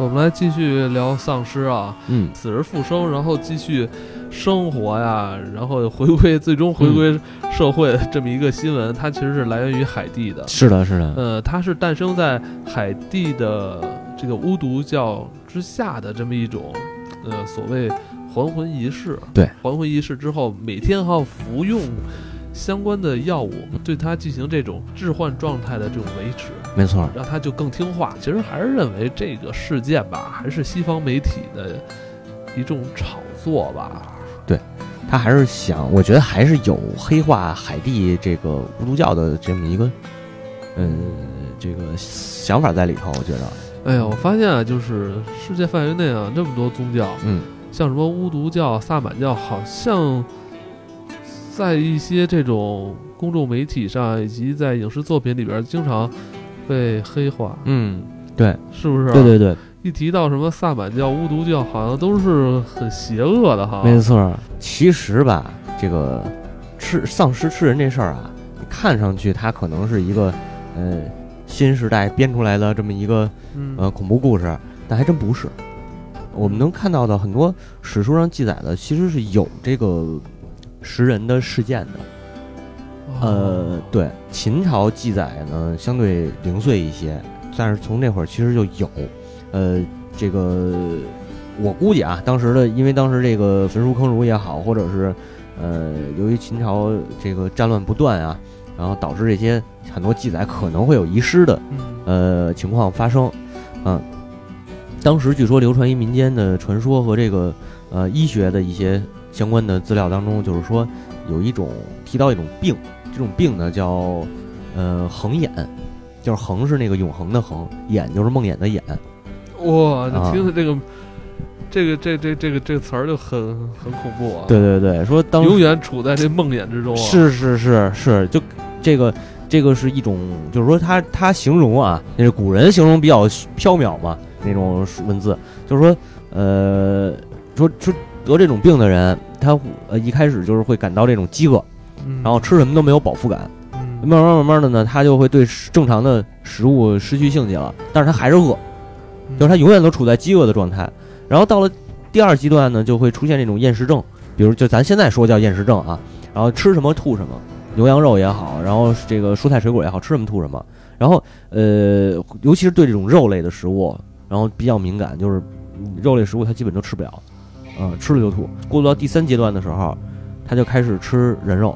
我们来继续聊丧尸啊，死而复生，然后继续生活呀，然后最终回归社会的这么一个新闻，它其实是来源于海地的。 是的，是的。 它是诞生在海地的这个巫毒教之下的这么一种，所谓还魂仪式。 对， 还魂仪式之后，每天还要服用相关的药物，对它进行这种置换状态的这种维持。 没错， 让它就更听话。其实还是认为这个事件吧，还是西方媒体的一种炒作吧。 对，他还是我觉得还是有黑化海地这个巫毒教的这么一个，这个想法在里头。我觉得， 哎呀，我发现啊，就是世界范围内啊，这么多宗教，像什么巫毒教、萨满教，好像在一些这种公众媒体上以及在影视作品里边，经常被黑化。 对， 是不是？ 对对对。 一提到什么萨满教、巫毒教，好像都是很邪恶的哈。 没错，其实吧，这个丧尸吃人这事儿啊，看上去它可能是一个新时代编出来的这么一个恐怖故事，但还真不是。我们能看到的很多史书上记载的，其实是有这个食人的事件的。对，秦朝记载呢相对零碎一些，但是从那会儿其实就有。这个我估计啊，因为当时这个焚书坑儒也好，或者是由于秦朝这个战乱不断啊，然后导致这些很多记载可能会有遗失的情况发生。当时据说流传于民间的传说和这个医学的一些相关的资料当中，就是说提到一种病，这种病呢叫恒眼，就是恒是那个永恒的恒，眼就是梦魇的眼。 哇，你听听这个词儿就很恐怖啊！ 对对对，说永远处在这梦魇之中啊！ 是，就这个是一种，就是说他形容啊，那是古人形容比较缥缈嘛，那种文字，就是说说得这种病的人，他一开始就是会感到这种饥饿，然后吃什么都没有饱腹感，慢慢的呢，他就会对正常的食物失去兴趣了，但是他还是饿。就是他永远都处在饥饿的状态，然后到了第二阶段呢，就会出现这种厌食症，比如就咱现在说叫厌食症啊，然后吃什么吐什么，牛羊肉也好，然后这个蔬菜水果也好，吃什么吐什么，然后尤其是对这种肉类的食物，然后比较敏感，就是肉类食物他基本都吃不了，吃了就吐。过渡到第三阶段的时候，他就开始吃人肉，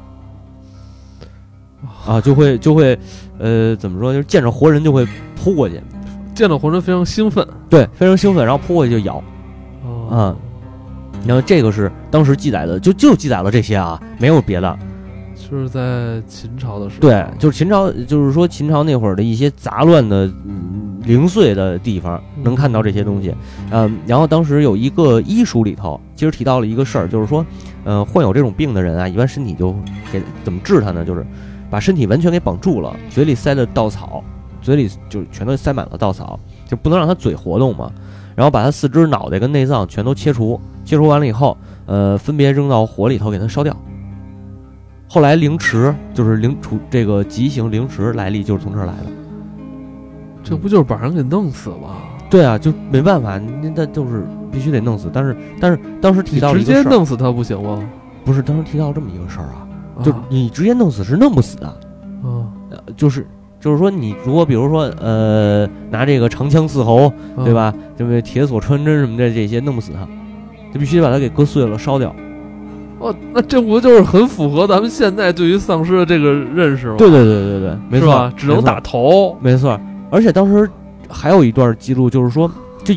啊，就会怎么说，就是见着活人就会扑过去。 见到活人非常兴奋， 对，非常兴奋，然后扑过去就咬，然后这个是当时记载的，就记载了这些啊，没有别的。 就是在秦朝的时候， 对，就是秦朝，就是说秦朝那会儿的一些杂乱的、零碎的地方，能看到这些东西。然后当时有一个医书里头，其实提到了一个事儿，就是说，患有这种病的人啊，一般身体就怎么治他呢？就是把身体完全给绑住了，嘴里塞的稻草。嘴里就全都塞满了稻草，就不能让他嘴活动嘛。然后把他四肢、脑袋跟内脏全都切除完了以后，分别扔到火里头给他烧掉。后来凌迟，就是这个极刑凌迟来历就是从这儿来的。 这不就是把人给弄死吗？ 对啊，就没办法，那就是必须得弄死。但是当时提到了一个事儿， 直接弄死他不行吗？ 不是，当时提到这么一个事儿啊，就你直接弄死是弄不死的。就是说，你如果比如说，拿这个长枪刺喉，对吧？就是铁锁穿针什么的，这些弄不死他，就必须把他给割碎了烧掉。 那这不就是很符合咱们现在对于丧尸的这个认识吗？ 对，没错， 是吧？只能打头， 没错。而且当时还有一段记录，就是说，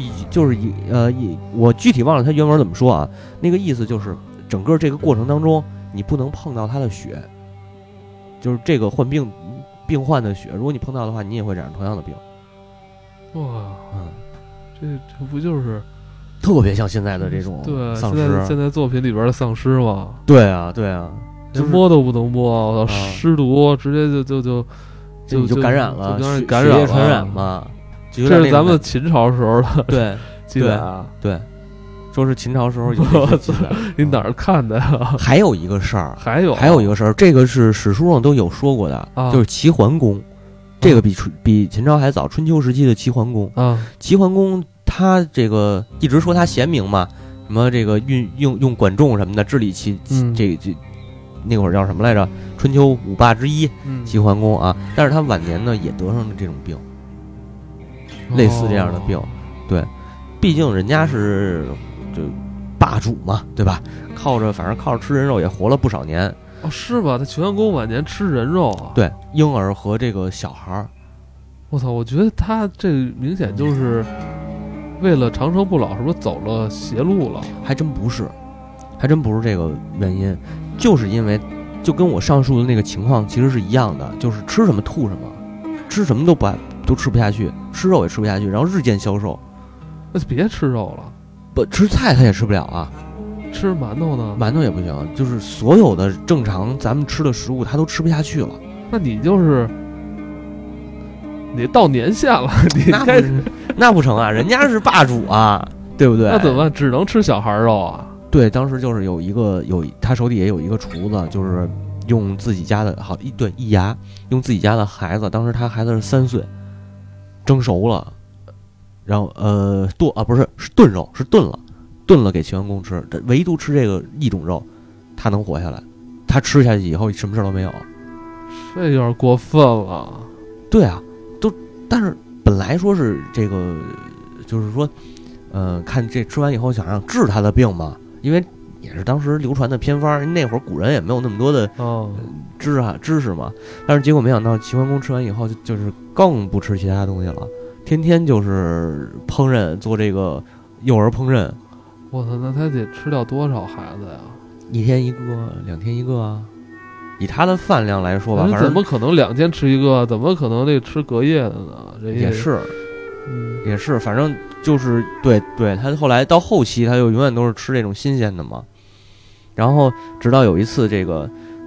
我具体忘了他原文怎么说啊？那个意思就是，整个这个过程当中，你不能碰到他的血，就是这个病患的血，如果你碰到的话，你也会染上同样的病。 哇，这不就是特别像现在的这种丧尸？ 现在作品里边的丧尸嘛？ 对啊， 连摸都不能摸，我操，尸毒直接就感染了， 感染了， 传染嘛。 这是咱们秦朝时候的对记载啊， 对。说是秦朝时候有记载， 你哪儿看的呀？ 还有一个事儿， 还有一个事儿，这个是史书上都有说过的，就是齐桓公，这个比秦朝还早，春秋时期的齐桓公。齐桓公他这个一直说他贤明嘛，什么这个用管仲什么的治理这那会儿叫什么来着？春秋五霸之一齐桓公啊。但是他晚年呢也得上了这种病，类似这样的病。对，毕竟人家是就霸主嘛，对吧？反正靠着吃人肉也活了不少年。 哦，是吧？他齐桓公晚年吃人肉啊？ 对，婴儿和这个小孩儿。 我操！我觉得他这明显就是为了长生不老，是不是走了邪路了？ 还真不是这个原因，就是因为就跟我上述的那个情况其实是一样的，就是吃什么吐什么，吃什么都吃不下去，吃肉也吃不下去，然后日渐消瘦。 那就别吃肉了， 不吃菜他也吃不了啊。 吃馒头呢？ 馒头也不行，就是所有的正常咱们吃的食物他都吃不下去了。 那你到年限了， 那不成啊，人家是霸主啊，对不对？ 那怎么办？只能吃小孩肉啊？ 对，当时就是他手底也有一个厨子，就是用自己家的一牙用自己家的孩子，当时他孩子是3岁，蒸熟了，然后不是炖肉，是炖了给齐桓公吃，唯独吃这个一种肉，他能活下来。他吃下去以后什么事都没有， 这有点过分了。 对啊，但是本来说是这个，就是说，看这吃完以后想让治他的病嘛，因为也是当时流传的偏方，那会儿古人也没有那么多的知识嘛。但是结果没想到齐桓公吃完以后就是更不吃其他东西了，天天就是烹饪，做这个幼儿烹饪。 我操，那他得吃掉多少孩子呀 ？1天1个，2天1个啊。以他的饭量来说吧，反正怎么可能2天吃1个？怎么可能得吃隔夜的呢？ 也是，反正就是对，他后来到后期他就永远都是吃这种新鲜的嘛。然后直到有一次这个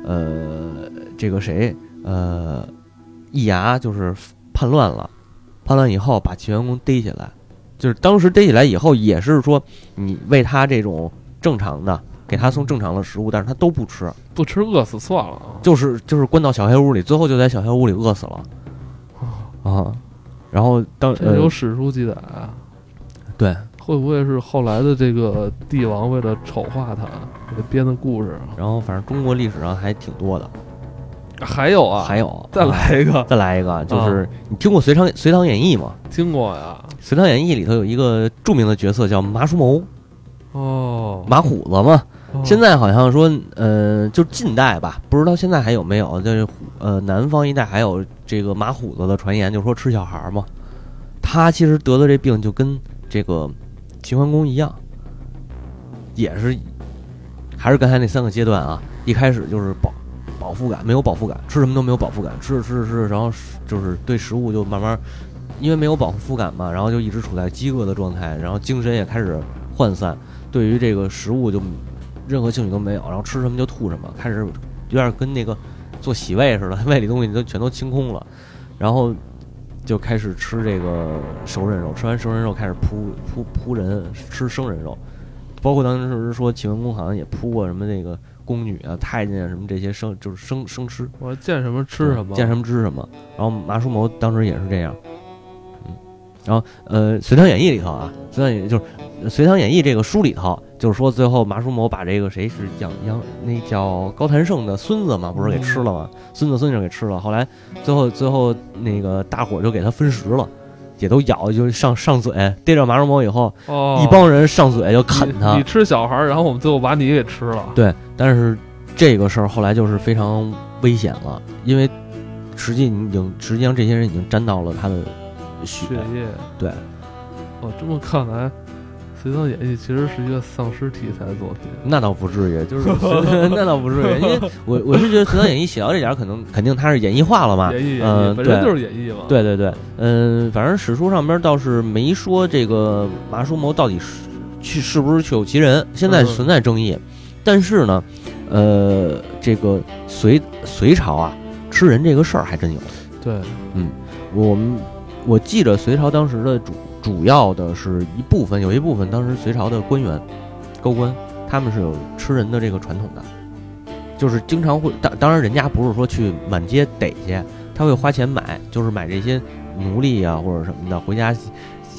谁易牙就是叛乱了，叛乱以后把齐桓公逮起来，就是当时逮起来以后也是说你喂他这种正常的，给他送正常的食物，但是他都不吃饿死算了， 就是关到小黑屋里，最后就在小黑屋里饿死了啊。然后这有史书记载啊。 对， 会不会是后来的这个帝王为了丑化他给他编的故事？ 然后反正中国历史上还挺多的。 还有啊，再来一个，就是你听过隋唐演义吗？ 听过呀。 隋唐演义里头有一个著名的角色叫马叔谋。 哦， 马虎子嘛。现在好像说就近代吧，不知道现在还有没有，就是南方一带还有这个马虎子的传言，就是说吃小孩嘛。他其实得的这病就跟这个齐桓公一样，也是还是刚才那3个阶段啊。一开始就是饱腹感，没有饱腹感，吃什么都没有饱腹感，吃，然后就是对食物就慢慢因为没有饱腹感嘛，然后就一直处在饥饿的状态，然后精神也开始涣散，对于这个食物就任何兴趣都没有，然后吃什么就吐什么，开始有点跟那个做洗胃似的，胃里东西都全都清空了，然后就开始吃这个熟人肉，吃完熟人肉开始扑人，吃生人肉，包括当时说齐桓公好像也扑过什么那个宫女啊、太监啊什么这些生吃， 我见什么吃什么， 见什么吃什么。然后马叔谋当时也是这样，然后隋唐演义里头啊，隋唐演义这个书里头，就是说最后马叔谋把这个谁是那叫高谭胜的孙子嘛，不是给吃了吗？孙子给吃了。后来最后那个大伙就给他分食了，也都咬，就上嘴逮着马叔谋以后，一帮人上嘴就啃他。 你吃小孩，然后我们最后把你给吃了。 对，但是这个事儿后来就是非常危险了，因为实际上这些人已经沾到了他的血液。 对， 这么看来，隋唐演义其实是一个丧尸题材作品。 那倒不至于，就是那倒不至于，因为我是觉得隋唐演义写到这点肯定它是演绎化了嘛。 演绎本身就是演绎嘛。 对，反正史书上边倒是没说这个马叔谋到底是不是确有其人，现在存在争议。但是呢，这个隋朝啊，吃人这个事儿还真有。 对， 我记着隋朝当时的主要的是有一部分当时隋朝的官员高官，他们是有吃人的这个传统的，就是经常会当然人家不是说去满街逮去，他会花钱买，就是买这些奴隶啊或者什么的回家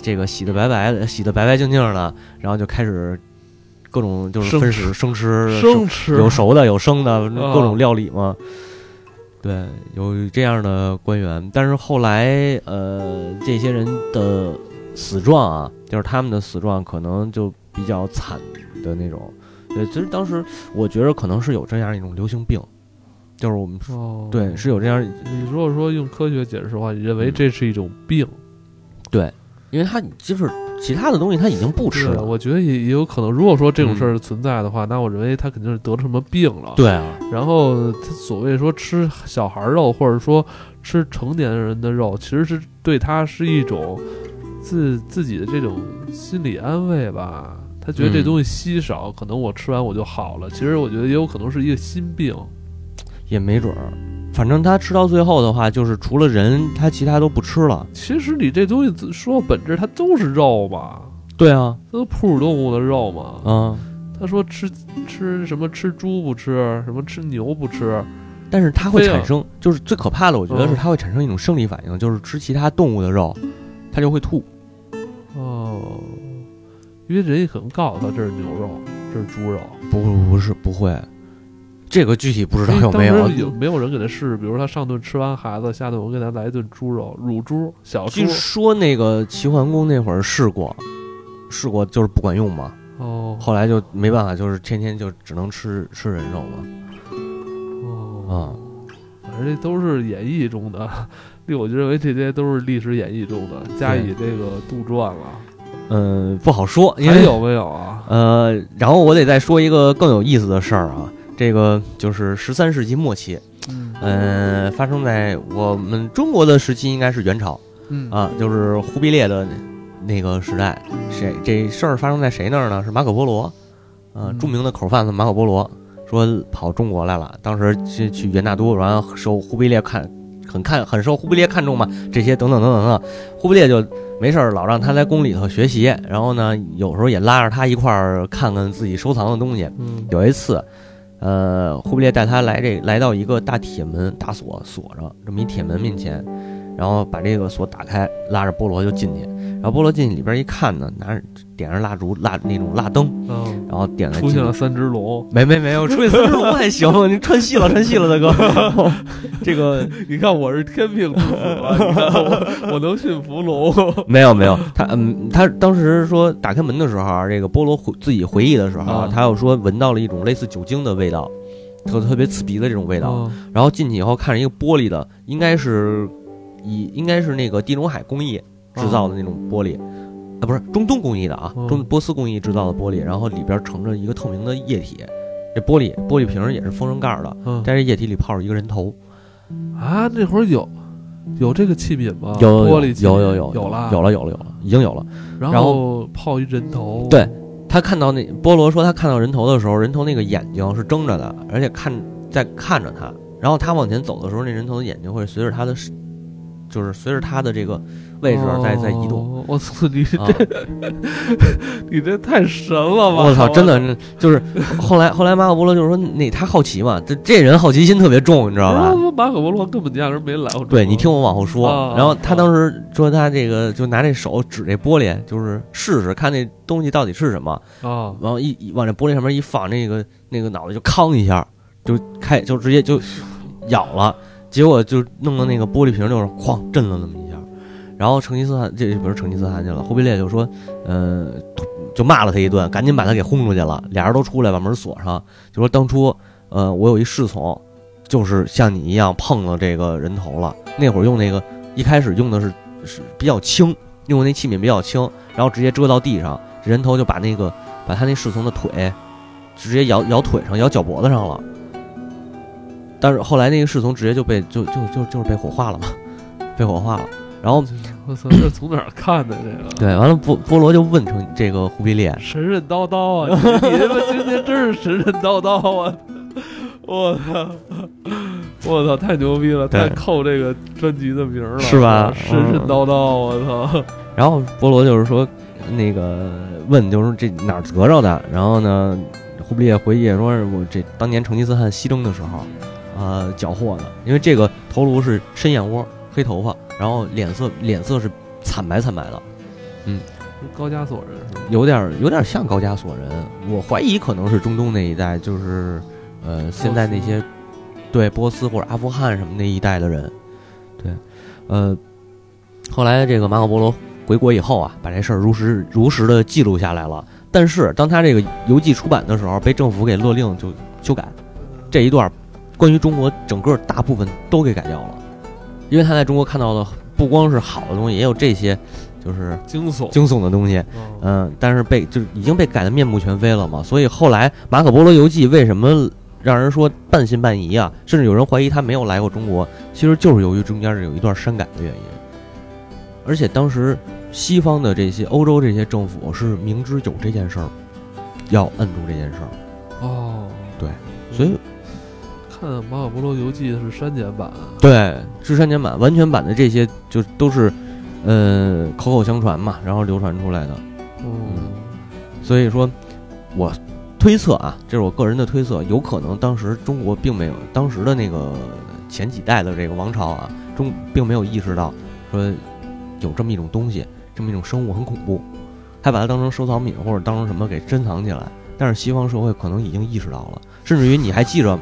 这个洗得白白净净的，然后就开始各种就是分食生吃，有熟的有生的各种料理嘛。对，有这样的官员，但是后来这些人的死状啊，就是他们的死状可能就比较惨的那种。对，其实当时我觉得可能是有这样一种流行病，就是我们对是有这样。 你如果说用科学解释的话，你认为这是一种病？ 对，因为他就是其他的东西他已经不吃了。 我觉得也有可能，如果说这种事儿存在的话，那我认为他肯定是得了什么病了。 对啊， 然后他所谓说吃小孩肉，或者说吃成年人的肉，其实是对他是一种自己的这种心理安慰吧。他觉得这东西稀少，可能我吃完我就好了。其实我觉得也有可能是一个心病，也没准儿。反正他吃到最后的话，就是除了人，他其他都不吃了。 其实你这东西说到本质，它都是肉嘛。 对啊， 都是哺乳动物的肉嘛。 啊， 他说吃什么吃猪不吃，什么吃牛不吃， 但是它会产生，就是最可怕的，我觉得是它会产生一种生理反应，就是吃其他动物的肉，它就会吐。 哦，因为人家可能告诉他这是牛肉，这是猪肉。 不会。这个具体不知道有没有， 没有人给他试，比如他上顿吃完孩子，下顿我给他来一顿猪肉，乳猪、小猪。 据说那个齐桓公那会儿试过，就是不管用嘛。 哦， 后来就没办法，就是天天就只能吃人肉嘛。 哦，反正这都是演义中的，我就认为这些都是历史演义中的，加以这个杜撰了。 不好说， 还有没有啊？ 然后我得再说一个更有意思的事儿啊。这个就是13世纪末期，发生在我们中国的时期，应该是元朝，就是忽必烈的那个时代。这事儿发生在谁那儿呢？是马可波罗，著名的口贩子马可波罗说跑中国来了，当时去元大都，然后受忽必烈很受忽必烈看重嘛，这些等等等等的，忽必烈就没事老让他在宫里头学习，然后呢，有时候也拉着他一块儿看看自己收藏的东西。有一次。忽必烈带他来到一个大铁门，大锁着这么一铁门面前，然后把这个锁打开，拉着波罗就进去。然后波罗进去里边一看呢，点上蜡烛那种蜡灯，然后点了， 出现了3只龙， 没有，出现3只龙还行，你串戏了，大哥。这个你看我是天命之子，你看我能驯服龙。 没有，他当时说打开门的时候，这个波罗自己回忆的时候，他又说闻到了一种类似酒精的味道，特别刺鼻的这种味道。然后进去以后看着一个玻璃的，应该是那个地中海工艺制造的那种玻璃，不是中东工艺的啊，波斯工艺制造的玻璃，然后里边盛着一个透明的液体，这玻璃瓶也是封上盖的，在这液体里泡着一个人头。 啊，那会儿有这个器皿吗？ 玻璃器皿有了， 已经有了。 然后泡一人头。 对，他看到波罗说他看到人头的时候，人头那个眼睛是睁着的，而且在看着他。然后他往前走的时候，那人头的眼睛会随着他的。就是随着他的这个位置在移动。 我操，你这太神了吧！ 我操，真的就是后来马可波罗就是说他好奇嘛，这人好奇心特别重，你知道吧？ 马可波罗根本压根没来过。 对，你听我往后说。然后他当时说他这个就拿这手指这玻璃，就是试试看那东西到底是什么啊。然后往这玻璃上面一放，那个脑袋就吭一下就直接就咬了。结果就弄的那个玻璃瓶就是哐震了那么一下，然后成吉思汗这不是成吉思汗去了，忽必烈就说，就骂了他一顿，赶紧把他给轰出去了。俩人都出来把门锁上，就说当初我有一侍从，就是像你一样碰了这个人头了。那会儿用那个一开始用的是比较轻，用的那器皿比较轻，然后直接遮到地上，这人头就把他那侍从的腿直接咬腿上，咬脚脖子上了。但是后来那个侍从直接就就是被火化了嘛，被火化了。然后我操，这从哪儿看的这个？ 对，完了波罗就问成这个忽必烈， 神神叨叨啊！你他妈今天真是神神叨叨啊！我操，太牛逼了，太扣这个专辑的名了， 是吧？ 神神叨叨，我操！ 然后波罗就是说那个问，就是这哪儿得着的？然后呢，忽必烈回忆说，我这当年成吉思汗西征的时候。缴获的，因为这个头颅是深眼窝、黑头发，然后脸色是惨白的， 高加索人是吧？ 有点像高加索人，我怀疑可能是中东那一带，就是现在那些对波斯或者阿富汗什么那一带的人，对，后来这个马可波罗回国以后啊，把这事儿如实的记录下来了。但是当他这个游记出版的时候，被政府给勒令就修改，这一段关于中国整个大部分都给改掉了，因为他在中国看到的不光是好的东西，也有这些就是惊悚的东西，但是就是已经被改得面目全非了嘛。所以后来马可波罗游记为什么让人说半信半疑啊，甚至有人怀疑他没有来过中国，其实就是由于中间是有一段删改的原因。而且当时西方的这些欧洲这些政府是明知有这件事儿，要摁住这件事儿。 哦， 对，所以看马可波罗游记是删减版， 对，是删减版，完全版的这些就都是口口相传嘛，然后流传出来的。所以说我推测啊，这是我个人的推测，有可能当时中国并没有，当时的那个前几代的这个王朝啊，并没有意识到说有这么一种东西，这么一种生物很恐怖，还把它当成收藏品或者当成什么给珍藏起来。但是西方社会可能已经意识到了，甚至于你还记着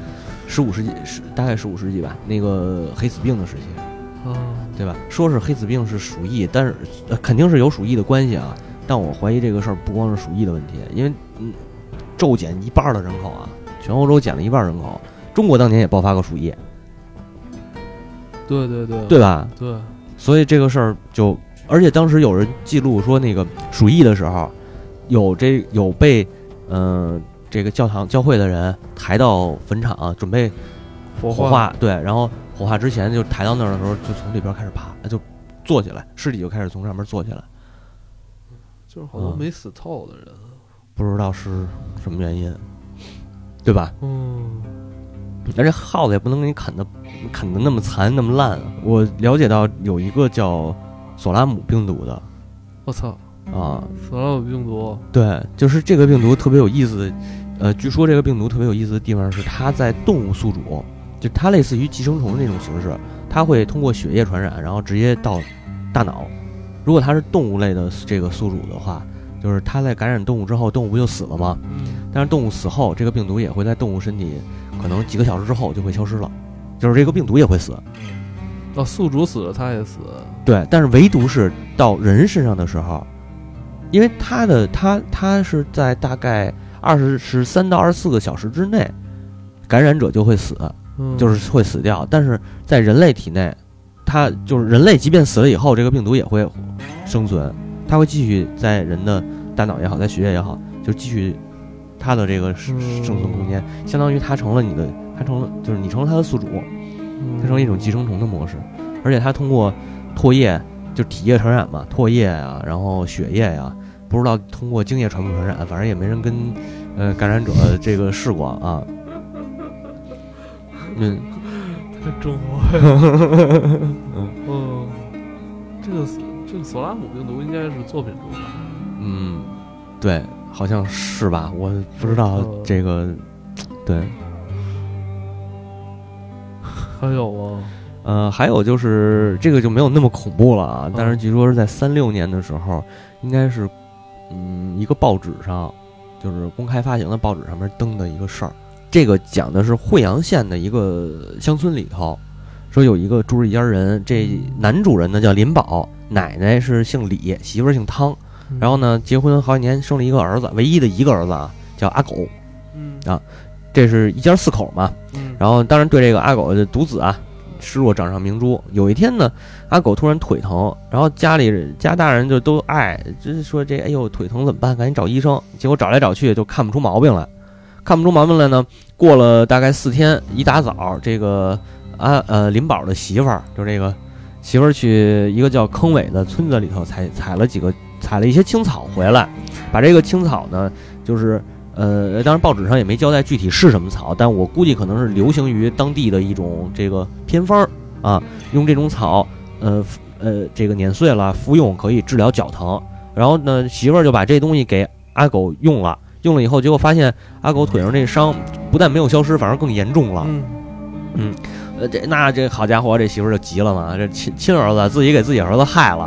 15世纪，大概15世纪吧，那个黑死病的时期，对吧？说是黑死病是鼠疫，但是肯定是有鼠疫的关系啊。但我怀疑这个事儿不光是鼠疫的问题，因为骤减一半的人口啊，全欧洲减了一半人口，中国当年也爆发过鼠疫， 对吧？ 对， 所以这个事儿就，而且当时有人记录说，那个鼠疫的时候，有被这个教会的人抬到坟场准备火化，对，然后火化之前就抬到那儿的时候，就从里边开始爬，就坐起来，尸体就开始从上面坐起来， 就是好多没死透的人， 不知道是什么原因，对吧？而且耗子也不能给你啃的那么残那么烂啊！我了解到有一个叫索拉姆病毒的， 我操啊！ 索拉姆病毒， 对，就是这个病毒特别有意思的，据说这个病毒特别有意思的地方是它在动物宿主，就它类似于寄生虫的那种形式，它会通过血液传染，然后直接到大脑。如果它是动物类的这个宿主的话，就是它在感染动物之后，动物不就死了吗？但是动物死后，这个病毒也会在动物身体可能几个小时之后就会消失了，就是这个病毒也会死。 宿主死了，它也死。 对，但是唯独是到人身上的时候，因为它是在大概23到24个小时之内，感染者就会死，就是会死掉。但是在人类体内，它就是人类即便死了以后，这个病毒也会生存，它会继续在人的大脑也好，在血液也好，就继续它的这个生存空间，相当于它成了就是你成了它的宿主，它成了一种寄生虫的模式。而且它通过唾液，就体液传染嘛，唾液啊，然后血液呀，不知道通过精液传不传染，反正也没人跟感染者这个试过啊。 太中坏了。这个索拉姆病毒应该是作品中的。 对，好像是吧？我不知道这个。对。 还有吗？ 还有就是这个就没有那么恐怖了啊。但是据说是在36年的时候，应该是一个报纸上，就是公开发行的报纸上面登的一个事儿。这个讲的是惠阳县的一个乡村里头，说有一个住着一家人，这男主人呢叫林宝，奶奶是姓李，媳妇儿姓汤，然后呢结婚好几年，生了一个儿子，唯一的一个儿子啊，叫阿狗。这是一家4口嘛。然后当然对这个阿狗的独子啊，视若掌上明珠。有一天呢，阿狗突然腿疼，然后家大人就都就是说哎呦腿疼怎么办？赶紧找医生。结果找来找去就看不出毛病来。呢，过了大概4天，一大早，这个林宝的媳妇儿，就这个媳妇儿去一个叫坑尾的村子里头采了一些青草回来，把这个青草呢，就是当然报纸上也没交代具体是什么草，但我估计可能是流行于当地的一种这个偏方啊，用这种草这个碾碎了服用可以治疗脚疼。然后呢，媳妇儿就把这东西给阿狗用了以后，结果发现阿狗腿上这伤不但没有消失，反而更严重了。这好家伙，这媳妇儿就急了嘛，这亲儿子自己给自己儿子害了，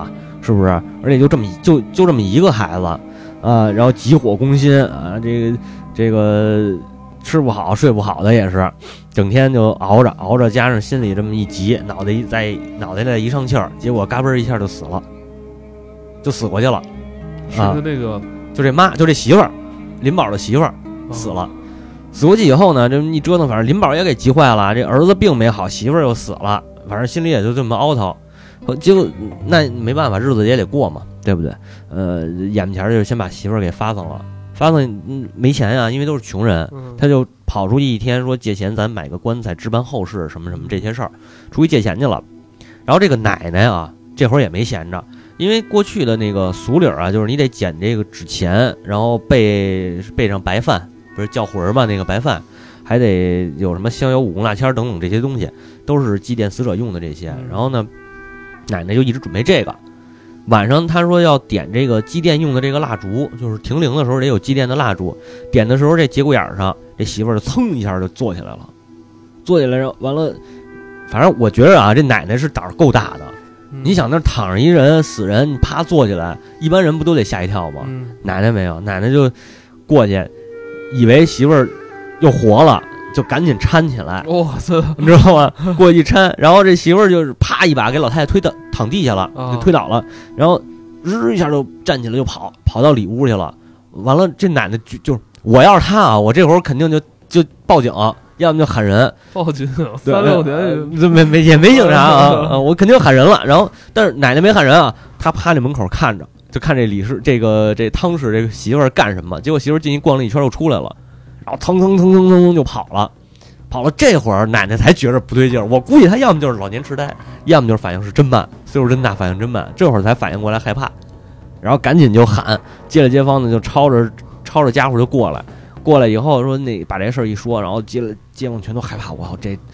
是不是？而且就这么一个孩子啊，然后急火攻心啊，这个吃不好睡不好的也是，整天就熬着，加上心里这么一急，脑袋再一上气儿，结果嘎嘣一下就死了，就死过去了。 是那个就这媳妇儿，林宝的媳妇儿死了。死过去以后呢，这么一折腾，反正林宝也给急坏了，这儿子病没好，媳妇儿又死了，反正心里也就这么凹掏。结果那没办法，日子也得过嘛，对不对？眼前就是先把媳妇儿给发丧了，没钱呀，因为都是穷人，他就跑出去一天说借钱，咱买个棺材置办后事什么什么这些事儿，出去借钱去了。然后这个奶奶啊，这会儿也没闲着，因为过去的那个俗理啊，就是你得捡这个纸钱，然后备上白饭，不是叫魂嘛，那个白饭。还得有什么香油、五功、蜡签等等这些东西，都是祭奠死者用的这些。然后呢，奶奶就一直准备这个。晚上她说要点这个祭奠用的这个蜡烛，就是停灵的时候得有祭奠的蜡烛。点的时候这节骨眼上，这媳妇儿噌一下就坐起来了，完了，反正我觉得啊，这奶奶是胆儿够大的。你想那躺着一人死人，你啪坐起来，一般人不都得吓一跳吗？奶奶没有，奶奶就过去，以为媳妇儿又活了，就赶紧搀起来， 哇塞， 你知道吗？过去一搀，然后这媳妇儿就是啪一把给老太太躺地下了，就推倒了，然后日一下就站起来就跑到里屋去了。完了，这奶奶就是我要是她啊，我这会儿肯定就报警，要么就喊人。 报警，36 年也没警察啊，我肯定喊人了。然后，但是奶奶没喊人啊，她趴在门口看着，就看这李氏这汤氏这个媳妇儿干什么。结果媳妇儿进去逛了一圈又出来了。然后腾就跑了，这会儿奶奶才觉着不对劲儿。我估计她要么就是老年痴呆，要么就是反应是真慢，岁数真大，反应真慢。这会儿才反应过来害怕，然后赶紧就喊，接了街坊的就抄着家伙就过来以后说那把这事儿一说，然后接了街坊全都害怕。我操这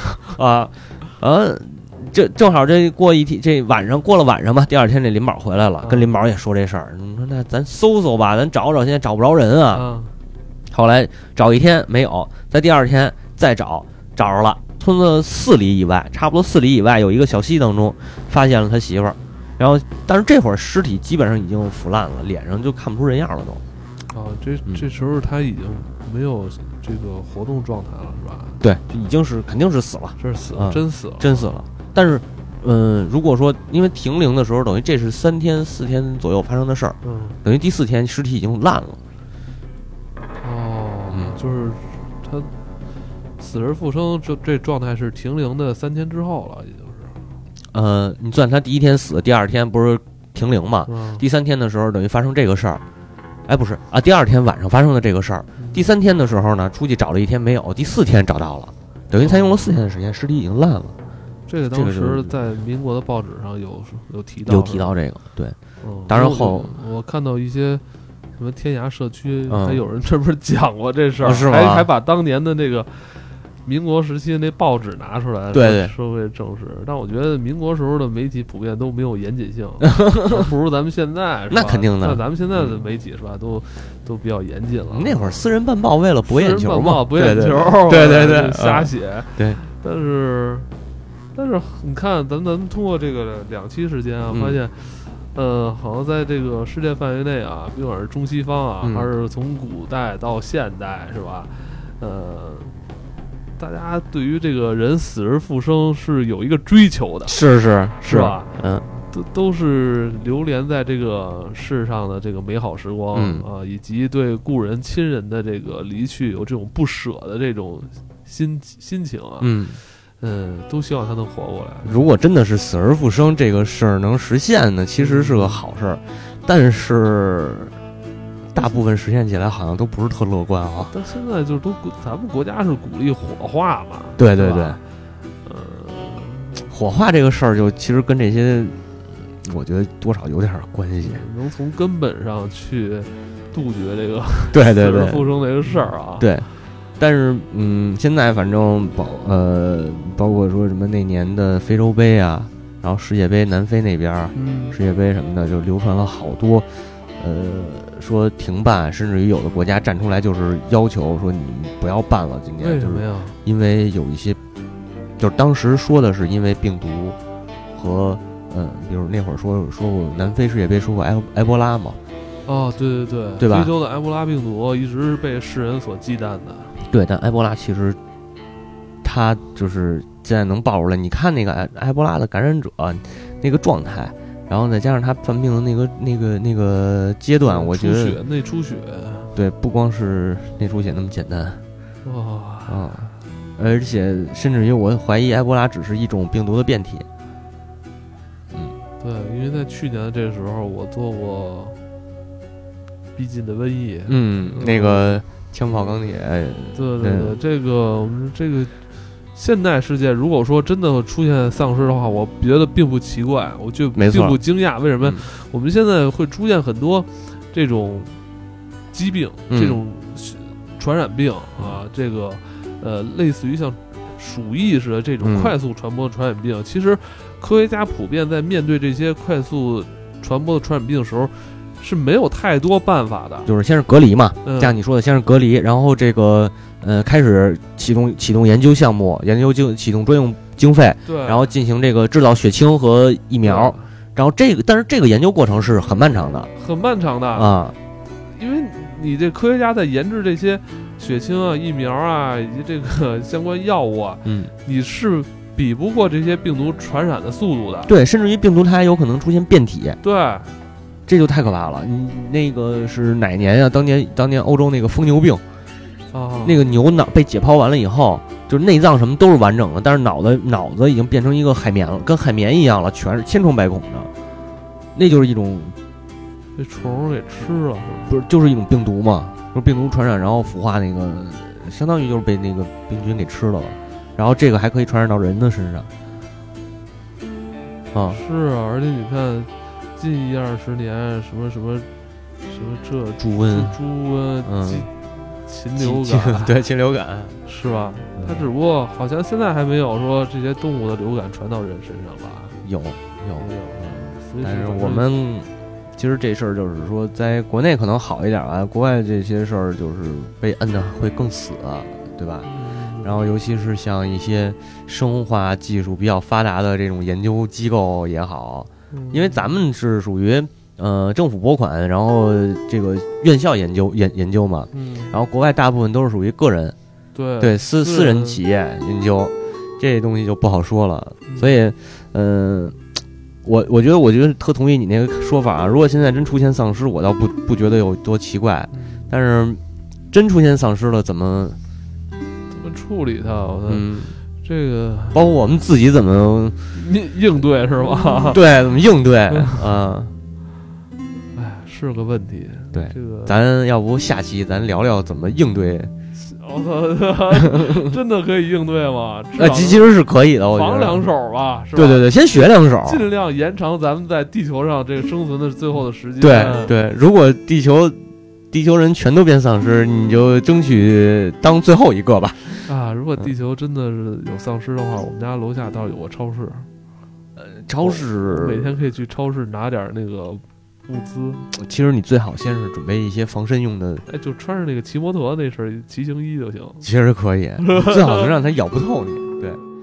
这正好这过了晚上吧，第二天这林宝回来了，跟林宝也说这事儿。你说那咱搜搜吧，咱找，现在找不着人啊。后来找一天没有，在第二天再找着了，村子4里以外，差不多4里以外有一个小溪当中发现了他媳妇儿，然后但是这会儿尸体基本上已经腐烂了，脸上就看不出人样了都。 这时候他已经没有这个活动状态了，是吧？ 对，已经是肯定是死了， 这是死了，真死了。 但是如果说因为停灵的时候，等于这是3天4天左右发生的事儿，等于第4天尸体已经烂了。 就是他死而复生，这状态是停灵的3天之后了，已经是。 你算他第1天死，第2天不是停灵嘛？第3天的时候等于发生这个事儿，哎，不是啊，第2天晚上发生的这个事儿，第3天的时候呢，出去找了1天没有，第4天找到了，等于才用了4天的时间，尸体已经烂了。 这个当时在民国的报纸上有提到这个，对。当然后我看到一些。什么天涯社区还有人这不是讲过这事儿， 是吗？ 还把当年的那个民国时期那报纸拿出来， 对社会证实。但我觉得民国时候的媒体普遍都没有严谨性，不如咱们现在。 那肯定的， 那咱们现在的媒体是吧，都比较严谨了。 那会儿私人办报为了博眼球嘛， 博眼球， 对， 瞎写。 对， 但是你看，咱们通过这个2期时间啊，发现。好像在这个世界范围内啊，不管是中西方啊，还是从古代到现代，是吧？大家对于这个人死而复生是有一个追求的， 是吧？都是流连在这个世上的这个美好时光啊，以及对故人亲人的这个离去有这种不舍的这种心情啊。都希望他能活过来。 如果真的是死而复生这个事儿能实现呢，其实是个好事儿，但是大部分实现起来好像都不是特乐观啊。 但现在就是咱们国家是鼓励火化嘛。 对，火化这个事儿就其实跟这些，我觉得多少有点关系， 能从根本上去杜绝这个对死而复生这个事儿啊。 对。但是现在反正包括说什么那年的非洲杯啊，然后世界杯南非那边世界杯什么的就流传了好多说停办，甚至于有的国家站出来就是要求说你不要办了，今年为什么呀？ 因为有一些就是当时说的是因为病毒和比如那会儿说过南非世界杯说过埃博拉嘛。 哦，对， 对吧？ 非洲的埃博拉病毒一直是被世人所忌惮的。 对，但埃博拉其实它就是现在能爆出来，你看那个埃博拉的感染者那个状态，然后再加上他犯病的那个阶段，我觉得内出血， 对，不光是内出血那么简单。 哇而且甚至于我怀疑埃博拉只是一种病毒的变体。 对，因为在去年的这个时候，我做过逼近的瘟疫， 那个枪炮钢铁， 对，这个我们这个现代世界，如果说真的出现丧尸的话，我觉得并不奇怪，我就并不惊讶。为什么我们现在会出现很多这种疾病，这种传染病啊？这个类似于像鼠疫似的这种快速传播的传染病，其实科学家普遍在面对这些快速传播的传染病的时候，是没有太多办法的， 就是先是隔离嘛，像你说的，先是隔离，然后这个开始启动研究项目，启动专用经费， 对， 然后进行这个制造血清和疫苗，然后但是这个研究过程是很漫长的啊， 因为你这科学家在研制这些血清啊、疫苗啊以及这个相关药物啊，你是比不过这些病毒传染的速度的， 对，甚至于病毒它还有可能出现变体， 对。 这就太可怕了！你那个是哪年呀？当年欧洲那个疯牛病，那个牛脑被解剖完了以后，就是内脏什么都是完整的，但是脑子已经变成一个海绵了，跟海绵一样了，全是千疮百孔的。那就是一种被虫给吃了， 不是就是一种病毒嘛？就是病毒传染，然后腐化那个，相当于就是被那个病菌给吃了，然后这个还可以传染到人的身上。 是啊，而且你看。近10-20年，什么这猪瘟、 禽流感， 对，禽流感是吧？它只不过好像现在还没有说这些动物的流感传到人身上吧？ 有，但是我们其实这事儿就是说，在国内可能好一点啊，国外这些事儿就是被摁的会更死，对吧？然后尤其是像一些生化技术比较发达的这种研究机构也好。因为咱们是属于政府拨款，然后这个院校研究嘛，然后国外大部分都是属于个人，对私人企业研究，这东西就不好说了。所以我觉得特同意你那个说法啊。如果现在真出现丧尸，我倒不觉得有多奇怪，但是真出现丧尸了，怎么处理它？这个包括我们自己怎么应对是吧？ 对，怎么应对是个问题。 对， 这个咱要不下期咱聊聊怎么应对？ 我操，真的可以应对吗？ 其实是可以的，我觉得防两手吧，是吧？ 对，先学两手， 尽量延长咱们在地球上这个生存的最后的时间。 对，如果地球人全都变丧尸，你就争取当最后一个吧。 如果地球真的是有丧尸的话，我们家楼下倒是有个超市。 超市每天可以去超市拿点那个物资。 其实你最好先是准备一些防身用的， 就穿上那个骑摩托那身骑行衣就行。 其实可以，最好能让它咬不透你。对。